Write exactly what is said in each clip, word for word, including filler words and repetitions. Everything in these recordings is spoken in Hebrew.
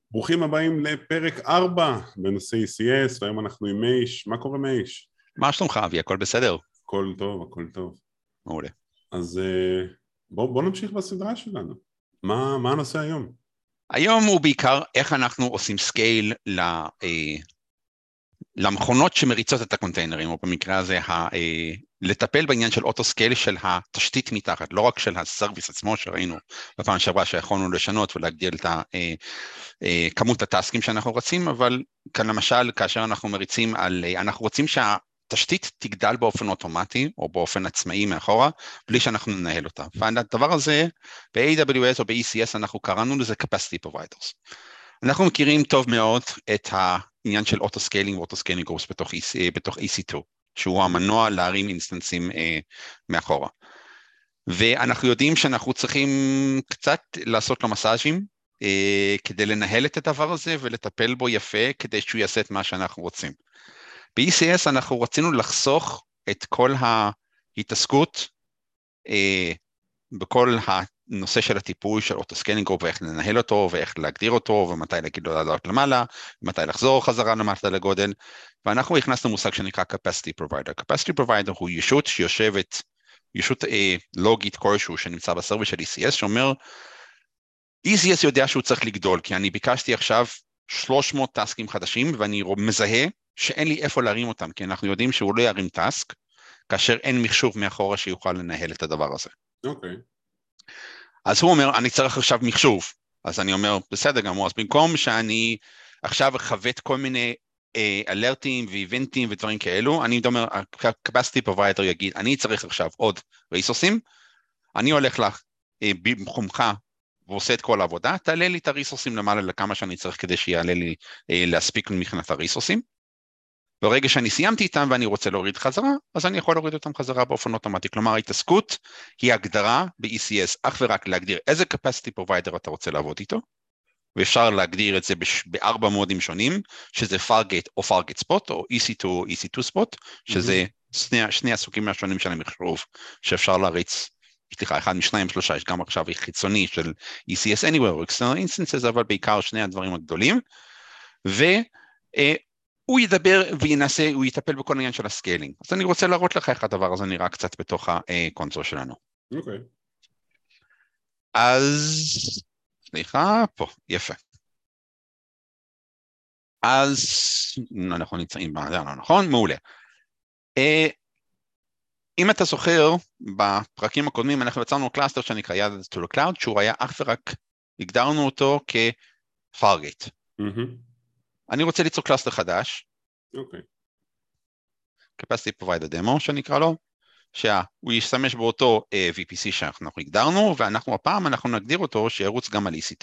ברוכים הבאים לפרק ארבע בנושא E C S, והיום אנחנו עם מייש. מה קורה מייש? מה שלומך אבי? הכל בסדר? הכל טוב, הכל טוב. מעולה. אז בוא, בוא נמשיך בסדרה שלנו. מה, מה הנושא היום? היום הוא בעיקר איך אנחנו עושים סקייל ל, אה, למכונות שמריצות את הקונטיינרים, או במקרה הזה ה, אה, לטפל בעניין של אוטו סקייל של התשתית מתחת, לא רק של הסרוויס עצמו שראינו בפעם שעברה שיכולנו לשנות ולהגדיל את ה, אה, אה, כמות הטסקים שאנחנו רוצים, אבל כאן למשל כאשר אנחנו מריצים על, אה, אנחנו רוצים שה... תשתית תגדל באופן אוטומטי או באופן עצמאי מאחורה, בלי שאנחנו ננהל אותה. והדבר הזה, ב-A W S או ב-E C S אנחנו קראנו לזה capacity providers. אנחנו מכירים טוב מאוד את העניין של אוטו-סקיילינג ואוטו-סקיילינג גרופס בתוך, בתוך E C two, שהוא המנוע להרים אינסטנסים אה, מאחורה. ואנחנו יודעים שאנחנו צריכים קצת לעשות לו מסאז'ים, אה, כדי לנהל את הדבר הזה ולטפל בו יפה, כדי שהוא יעשה את מה שאנחנו רוצים. ב-E C S אנחנו רצינו לחסוך את כל ההתעסקות אה, בכל הנושא של הטיפול של אוטו-סקיילינג גרופ, ואיך לנהל אותו, ואיך להגדיר אותו, ומתי להגיד לו לעלות למעלה, ומתי לחזור חזרה למטה לגודל, ואנחנו הכנסנו מושג שנקרא capacity provider. capacity provider הוא ישות שיושבת, ישות אה, לוגית כלשהו שנמצא בסרוויס של E C S, שאומר, E C S יודע שהוא צריך לגדול, כי אני ביקשתי עכשיו שלוש מאות טסקים חדשים, ואני מזהה שאין לי איפה להרים אותם, כי אנחנו יודעים שהוא לא ירים טסק, כאשר אין מחשוב מאחורה שיוכל לנהל את הדבר הזה. אוקיי. אז הוא אומר, אני צריך עכשיו מחשוב. אז אני אומר, בסדר גמור, אז במקום שאני עכשיו חווית כל מיני אה, אלרטים ואיבנטים ודברים כאלו, אני אומר, ה-capacity provider יגיד, אני צריך עכשיו עוד ריסורסים, אני הולך לך אה, במקומך, ועושה את כל העבודה, תעלה לי את הריסורסים למעלה לכמה שאני צריך כדי שיעלה לי אה, להספיק מבחינת הריסורסים, ברגע שאני סיימתי איתם ואני רוצה להוריד חזרה, אז אני יכול להוריד אותם חזרה באופן אוטומטי. כלומר, ההתעסקות היא הגדרה ב-E C S, אך ורק להגדיר איזה capacity provider אתה רוצה לעבוד איתו, ואפשר להגדיר את זה בארבע מודים שונים, שזה Fargate או Fargate Spot, או E C two או E C two Spot, שזה mm-hmm. שני, שני הסוגים השונים של המחשוב, שאפשר להריץ, סליחה, אחד משניים שלושה, יש גם עכשיו חיצוני של E C S Anywhere, או External Instances, אבל בעיקר שני הדברים הגדולים, ו... הוא ידבר וינסה, הוא יטפל בכל העניין של הסקיילינג. אז אני רוצה להראות לך איך הדבר הזה נראה קצת בתוך הקונסול שלנו. אוקיי. Okay. אז, סליחה, פה, יפה. אז, אנחנו נמצאים בזה, לא נכון, מעולה. אם אתה זוכר, בפרקים הקודמים אנחנו יצרנו קלאסטר שנקרא יד to the cloud, שהוא היה אך ורק, הגדרנו אותו כ-Fargate. Mm-hmm. אני רוצה ליצור קלאסטר חדש. אוקיי. capacity provider demo שנקרא לו, שהוא ישתמש באותו uh, V P C שאנחנו הגדרנו, ואנחנו הפעם אנחנו נגדיר אותו שירוץ גם על E C two.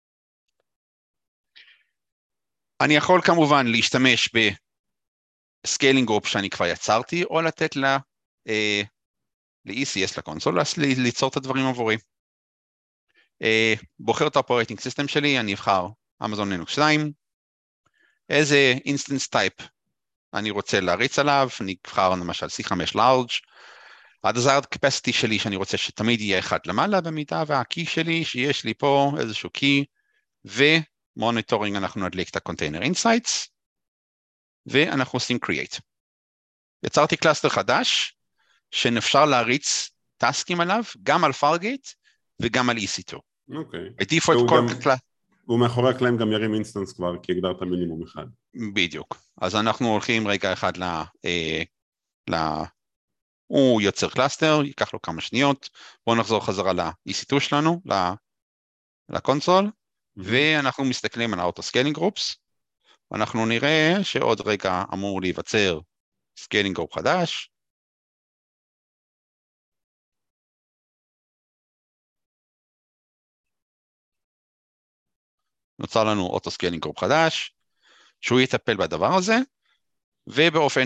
אני יכול כמובן להשתמש בסקיילינג גרופ שאני כבר יצרתי, או לתת לה, uh, ל-E C S לקונסול, ליצור את הדברים עבורי. Uh, בוחר את ה-Operating System שלי, אני אבחר Amazon Linux שתיים, איזה instance type אני רוצה להריץ עליו, אני אבחר למשל C five large, ה-desired capacity שלי שאני רוצה שתמיד יהיה אחד למעלה במידה, וה-key שלי שיש לי פה איזשהו key, ומוניטורינג אנחנו נדליק את ה-container insights, ואנחנו עושים create. יצרתי קלאסטר חדש, שאפשר להריץ טסקים עליו, גם על Fargate וגם על E C two. אוקיי. בדיפולט כל קלאסטר, ומאחורי הקלעים גם ירים אינסטנס כבר, כי הגדרת מינימום אחד. בדיוק. אז אנחנו הולכים רגע אחד ל... אה, ל... הוא יוצר קלאסטר, ייקח לו כמה שניות, בואו נחזור חזרה ל-E C two שלנו, לקונסול, mm-hmm. ואנחנו מסתכלים על האוטו-סקיילינג גרופס, ואנחנו נראה שעוד רגע אמור להיווצר סקיילינג גרופ חדש, נוצר לנו אוטו-סקיילינג גרופ חדש, שהוא יטפל בדבר הזה, ובאופן,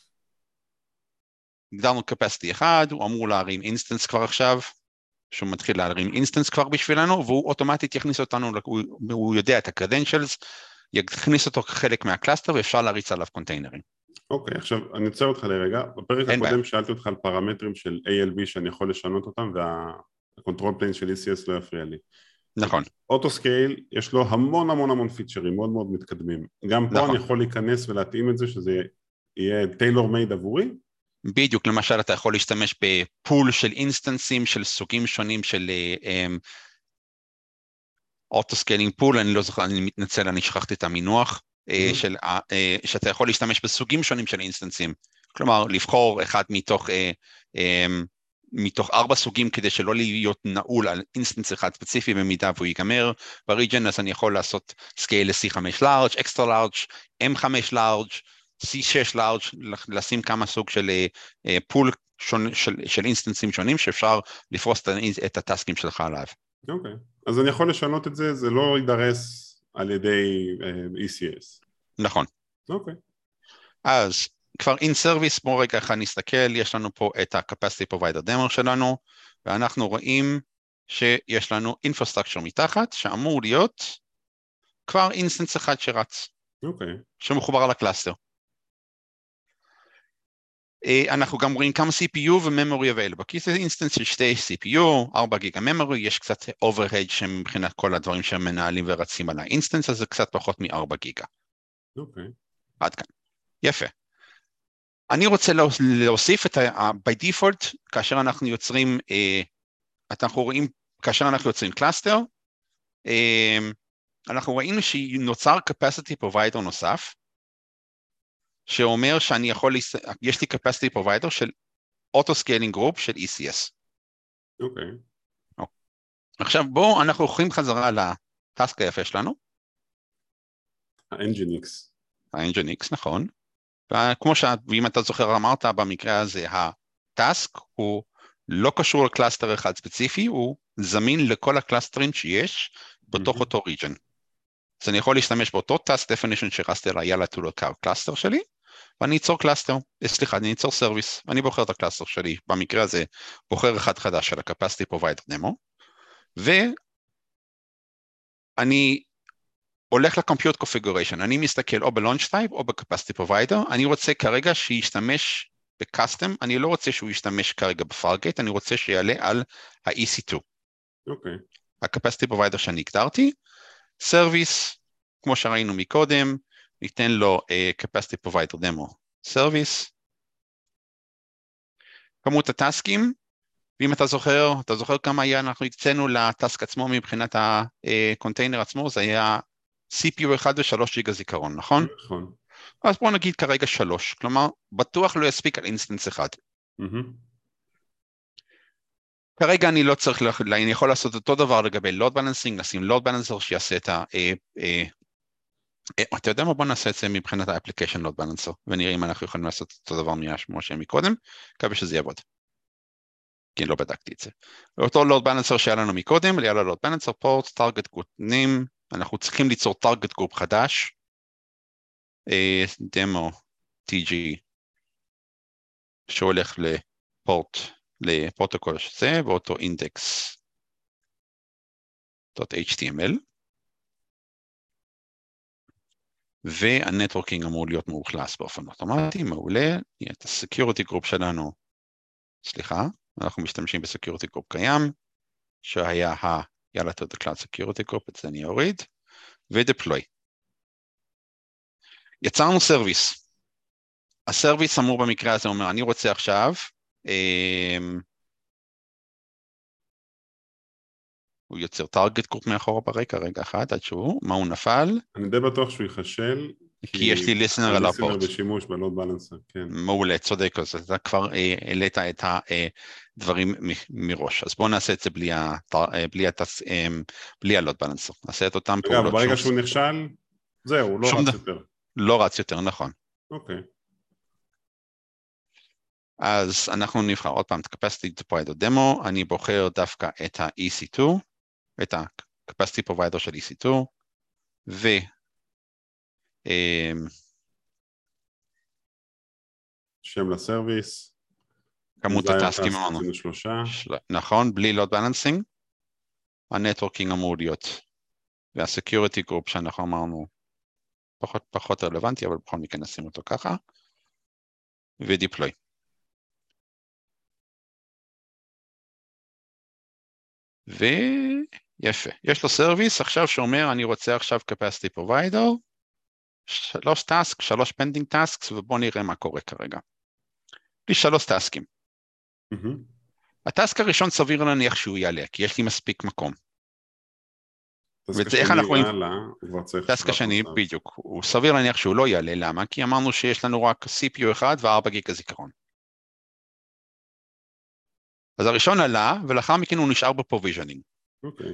הגדרנו capacity אחד, הוא אמור להרים אינסטנס כבר עכשיו, שהוא מתחיל להרים אינסטנס כבר בשבילנו, והוא אוטומטית יכניס אותנו, הוא, הוא יודע את ה-credentials, יכניס אותו כחלק מהקלאסטר, ואפשר להריץ עליו קונטיינרים. אוקיי, עכשיו אני עוצר אותך לרגע, בפרק הקודם שאלתי אותך על פרמטרים של A L B שאני יכול לשנות אותם, והקונטרול פליין של E C S לא יפריע לי. נכון. אוטוסקייל יש לו המון המון המון פיצ'רים מאוד מאוד מתקדמים. גם פה נכון. אני יכול להיכנס ולהתאים את זה שזה יהיה טיילור מייד עבורי. בדיוק, למשל אתה יכול להשתמש בפול של אינסטנסים של סוגים שונים של אוטוסקיילינג פול, אני לא זוכר, אני מתנצל, אני שכחתי את המינוח, mm-hmm. של, שאתה יכול להשתמש בסוגים שונים של אינסטנסים, כלומר לבחור אחד מתוך, מתוך ארבע סוגים כדי שלא להיות נעול על אינסטנס אחד ספציפי במידה והוא ייגמר בריג'ן, אז אני יכול לעשות סקייל ל-סי חמש לארג', אקסטרה לארג', אם חמש לארג', סי שש לארג', לשים כמה סוג של פול שון, של, של אינסטנסים שונים שאפשר לפרוס את הטסקים שלך עליו. אוקיי, okay. אז אני יכול לשנות את זה, זה לא יידרס על ידי uh, אי סי אס. נכון. אוקיי. Okay. אז כבר in service, בואו רגע אחד נסתכל, יש לנו פה את ה-capacity provider demo שלנו, ואנחנו רואים שיש לנו infrastructure מתחת, שאמור להיות כבר אינסטנס אחד שרץ. אוקיי. Okay. שמחובר לקלאסטר. אנחנו גם רואים כמה סי פי יו ו-memory available, כי זה אינסטנס של שתי סי פי יו, ארבע גיגה memory, יש קצת overhead שמבחינת כל הדברים שהם מנהלים ורצים על האינסטנס, אז זה קצת פחות מ-ארבע גיגה. אוקיי. Okay. עד כאן. יפה. אני רוצה להוסיף את ה... by default, כאשר אנחנו יוצרים, אנחנו רואים, כאשר אנחנו יוצרים קלאסטר, אנחנו ראינו שנוצר capacity provider נוסף, שאומר שאני יכול, יש לי capacity provider של auto-scaling group של אי סי אס. אוקיי. Okay. עכשיו בואו, אנחנו הולכים חזרה לטאסק היפה שלנו. ה-Nginx. ה-Nginx, נכון. וכמו שאת, ואם אתה זוכר אמרת, במקרה הזה, הטאסק הוא לא קשור לקלאסטר אחד ספציפי, הוא זמין לכל הקלאסטרים שיש בתוך mm-hmm. אותו region. אז אני יכול להשתמש באותו task definition שרסתי על היאללה to local קלאסטר שלי, ואני אצור קלאסטר, סליחה, אני אצור סרוויס, ואני בוחר את הקלאסטר שלי, במקרה הזה בוחר אחד חדש של ה-capacity provider demo, ואני הולך ל-compute configuration, אני מסתכל או ב-launch type או ב-capacity provider, אני רוצה כרגע שישתמש ב-custom, אני לא רוצה שהוא ישתמש כרגע ב-Fargate, אני רוצה שיעלה על ה-אי סי טו. אוקיי. Okay. ה-capacity provider שאני הגדרתי, service, כמו שראינו מקודם, ניתן לו uh, capacity provider demo service, כמות הטסקים, ואם אתה זוכר, אתה זוכר כמה היה, אנחנו הקצינו לטסק עצמו מבחינת הקונטיינר עצמו, זה היה סי פי יו אחד ושלוש ג'יגה זיכרון, נכון? נכון. אז בואו נגיד כרגע שלוש, כלומר, בטוח לא יספיק על אינסטנס אחד. Mm-hmm. כרגע אני לא צריך, אני יכול לעשות אותו דבר לגבי load balancing, לשים load balancer שיעשה את ה... אתה יודע מה, בוא נעשה את זה מבחינת ה-application load balancer, ונראה אם אנחנו יכולים לעשות אותו דבר כמו שהם מקודם, מקווה שזה יעבוד. כי לא בדקתי את זה. אותו load balancer שהיה לנו מקודם, היה לו load balancer port, target group name, אנחנו צריכים ליצור target group חדש, demo tg, שהולך לפורט, לפרוטוקול שזה, ואותו index.html, והנטוורקינג אמור להיות מאוכלס באופן אוטומטי, מעולה, יהיה את ה-security group שלנו, סליחה, אנחנו משתמשים ב-security group קיים, שהיה ה- יאללה to the cloud security group, את זה אני אוריד, ו-deploy. יצרנו סרוויס. הסרוויס אמור במקרה הזה אומר, אני רוצה עכשיו, אה, הוא יוצר target group מאחורה ברקע, רגע אחד, עד שהוא, מה הוא נפל? אני די בטוח שהוא יחשל, כי יש לי listener על הפורט. listener בשימוש בלוד בלנסר, כן. מעולה, צודק, אז אתה כבר העלית את הדברים מראש. אז בואו נעשה את זה בלי הלוד בלנסר. נעשה את אותם פעולות. אגב, ברגע שהוא נכשל, זהו, הוא לא רץ יותר. לא רץ יותר, נכון. אוקיי. אז אנחנו נבחר עוד פעם את capacity provider demo, אני בוחר דווקא את ה-אי סי טו, את ה-capacity provider של אי סי טו, ו... שם לסרוויס. כמות הטסקים אמרנו. נכון, בלי load balancing. הנטוורקינג אמור להיות. וה-security group שאנחנו אמרנו פחות, פחות רלוונטי, אבל בכל מקרה נשים אותו ככה. ו-deploy. יפה. יש לו סרוויס עכשיו שאומר, אני רוצה עכשיו capacity provider, שלוש טאסק, שלוש pending tasks, ובוא נראה מה קורה כרגע. יש לי שלוש טאסקים. Mm-hmm. הטאסק הראשון סביר להניח שהוא יעלה, כי יש לי מספיק מקום. טסק השני יעלה, הוא כבר צריך... טסק השני, בדיוק, הוא סביר להניח שהוא לא יעלה, למה? כי אמרנו שיש לנו רק סי פי יו אחד ו-ארבע גיגה זיכרון. אז הראשון עלה, ולאחר מכן הוא נשאר בפרוביז'נינג. אוקיי.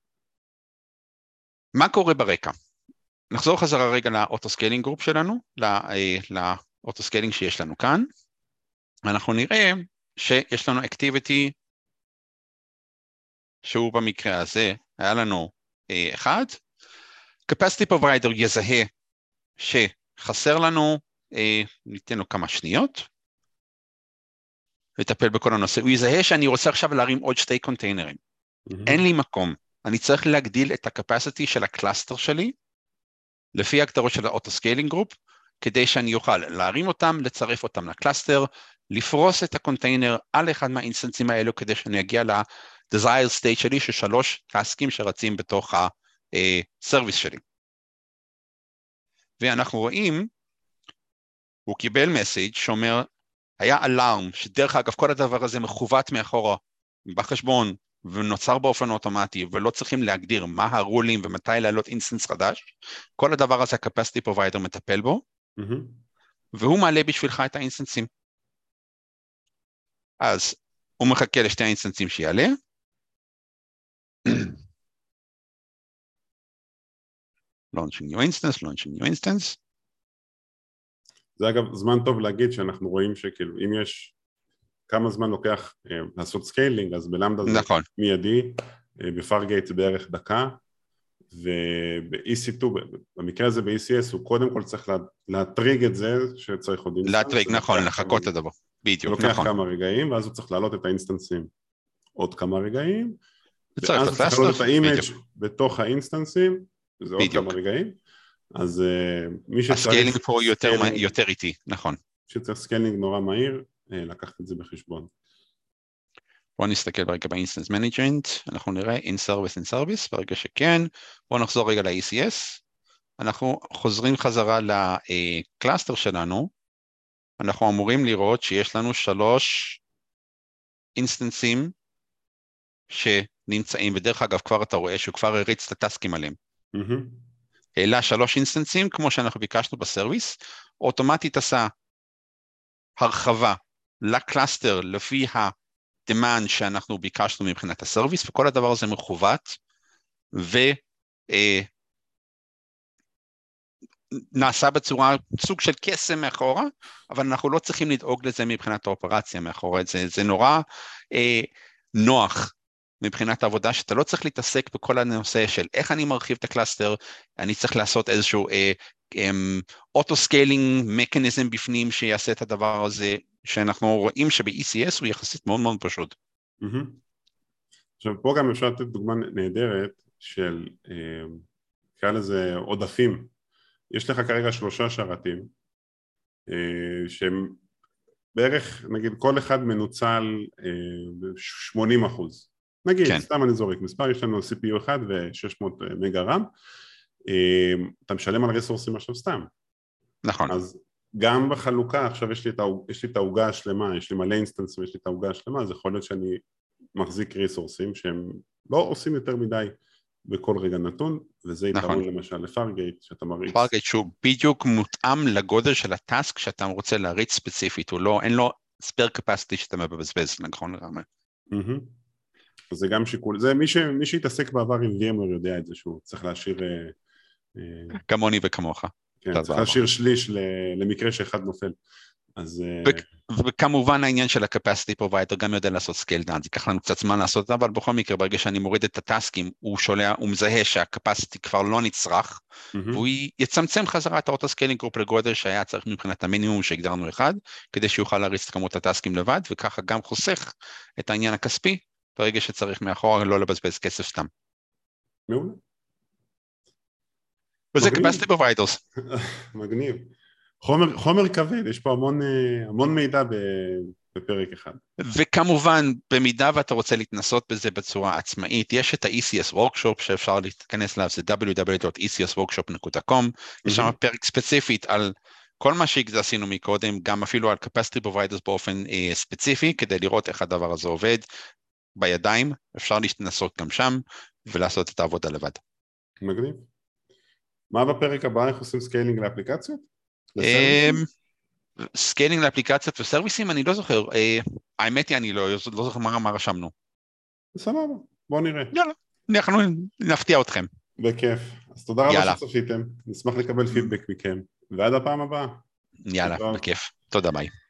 מה קורה ברקע? נחזור חזרה רגע לאוטוסקיילינג גרופ שלנו, לאוטוסקיילינג שיש לנו כאן, ואנחנו נראה שיש לנו אקטיביטי, שהוא במקרה הזה, היה לנו אחד, capacity provider יזהה שחסר לנו, ניתן לו כמה שניות, לטפל בכל הנושא, הוא יזהה שאני רוצה עכשיו להרים עוד שתי קונטיינרים, mm-hmm. אין לי מקום, אני צריך להגדיל את הקפסיטי של הקלאסטר שלי, לפי ההגדרות של האוטוסקיילינג גרופ, כדי שאני אוכל להרים אותם, לצרף אותם לקלאסטר, לפרוס את הקונטיינר על אחד מהאינסטנסים האלו, כדי שאני אגיע ל-desired state שלי, ששלוש טסקים שרצים בתוך הסרוויס שלי. ואנחנו רואים, הוא קיבל מסייג' שאומר, היה אלארם, שדרך אגב כל הדבר הזה מכוות מאחורה בחשבון, ונוצר באופן אוטומטי, ולא צריכים להגדיר מה הרולים ומתי לעלות אינסטנס חדש, כל הדבר הזה ה-capacity provider מטפל בו, mm-hmm. והוא מעלה בשבילך את האינסטנסים. אז הוא מחכה לשתי האינסטנסים שיעלה, launching new instance, launching new instance. זה אגב זמן טוב להגיד שאנחנו רואים שכאילו אם יש כמה זמן לוקח אה, לעשות סקיילינג, אז בלמדה זה נכון. מיידי, אה, בפארגייט זה בערך דקה, וב-אי סי טו, במקרה הזה ב-אי סי אס הוא קודם כל צריך לה, להטריג את זה שצריך עוד אינסטנס. להטריג, נכון, לחכות את הדבר, בדיוק, לוקח נכון. כמה רגעים, ואז הוא צריך להעלות את האינסטנסים עוד כמה רגעים, ואז הוא צריך להעלות את האימג' בתוך האינסטנסים, זה עוד כמה רגעים, אז uh, מי שצריך... הסקיילינג פה יותר, יותר איטי, נכון. שצריך סקיילינג נורא מהיר, לקחת את זה בחשבון. בואו נסתכל ברגע באינסטנס מנג'מנט, אנחנו נראה in service in service, ברגע שכן, בואו נחזור רגע ל-אי סי אס, אנחנו חוזרים חזרה לקלאסטר שלנו, אנחנו אמורים לראות שיש לנו שלוש אינסטנסים שנמצאים, ודרך אגב כבר אתה רואה שהוא כבר הריץ את הטסקים עליהם. העלה שלוש אינסטנסים, כמו שאנחנו ביקשנו בסרוויס, אוטומטית עשה הרחבה לקלאסטר לפי ה-demand שאנחנו ביקשנו מבחינת הסרוויס, וכל הדבר הזה מכוות, ונעשה בצורה סוג של קסם מאחורה, אבל אנחנו לא צריכים לדאוג לזה מבחינת האופרציה מאחורה, זה, זה נורא אה, נוח מבחינת העבודה, שאתה לא צריך להתעסק בכל הנושא של איך אני מרחיב את הקלאסטר, אני צריך לעשות איזשהו אה, אוטו-סקיילינג מקניזם בפנים שיעשה את הדבר הזה, שאנחנו רואים שב-אי סי אס הוא יחסית מאוד מאוד פשוט. עכשיו פה גם אפשר לתת דוגמה נהדרת של, קרא לזה עודפים, יש לך כרגע שלושה שרתים, שהם בערך, נגיד כל אחד מנוצל שמונים אחוז, נגיד, כן. סתם אני זורק מספר, יש לנו סי פי יו אחד ו-שש מאות מגה רם, אתה משלם על ריסורסים עכשיו סתם. נכון. אז גם בחלוקה, עכשיו יש לי את ההוגה השלמה, יש לי מלא אינסטנס ויש לי את ההוגה השלמה, אז יכול להיות שאני מחזיק ריסורסים שהם לא עושים יותר מדי בכל רגע נתון, וזה יתרון למשל לפארגייט שאתה מריץ. פארגייט שהוא בדיוק מותאם לגודל של הטאסק שאתה רוצה להריץ ספציפית, הוא לא, אין לו ספייר קפסיטי שאתה מבזבז, נכון לרמה. אז זה גם שיקול, זה מי, ש, מי שהתעסק בעבר עם וי אם אר יודע את זה, שהוא צריך להשאיר... כמוני וכמוך. כן, צריך להשאיר שליש למקרה שאחד נופל. אז... וכמובן העניין של ה-capacity provider גם יודע לעשות scale down, זה ייקח לנו קצת זמן לעשות את זה, אבל בכל מקרה, ברגע שאני מוריד את הטסקים, הוא שולח, הוא מזהה שה-capacity כבר לא נצרך, והוא יצמצם חזרה את האוטו-סקיילינג גרופ לגודל שהיה צריך מבחינת המינימום שהגדרנו אחד, כדי שיוכל להריץ את כמות הטסקים לבד, וככה גם חוסך את העניין הכספי, ברגע שצריך מאחורה לא לבזבז כסף סתם. מעולה. וזה capacity providers. מגניב. חומר, חומר כבד, יש פה המון, המון מידע בפרק אחד. וכמובן, במידה ואתה רוצה להתנסות בזה בצורה עצמאית, יש את ה-E C S Workshop שאפשר להתכנס אליו, זה דאבליו דאבליו דאבליו דוט אי סי אס וורקשופ דוט קום, יש שם פרק ספציפית על כל מה שעשינו מקודם, גם אפילו על capacity providers באופן אה, ספציפי, כדי לראות איך הדבר הזה עובד בידיים, אפשר להתנסות גם שם, ולעשות את העבודה לבד. מגניב. מה בפרק הבא, איך עושים סקיילינג לאפליקציות? לסרוויסים? סקיילינג לאפליקציות וסרוויסים, אני לא זוכר, האמת היא אני לא זוכר מה רשמנו. סבבה, בואו נראה. יאללה, אנחנו נפתיע אתכם. בכיף. אז תודה רבה שצפיתם, נשמח לקבל פידבק מכם, ועד הפעם הבאה. יאללה, בכיף. תודה, ביי.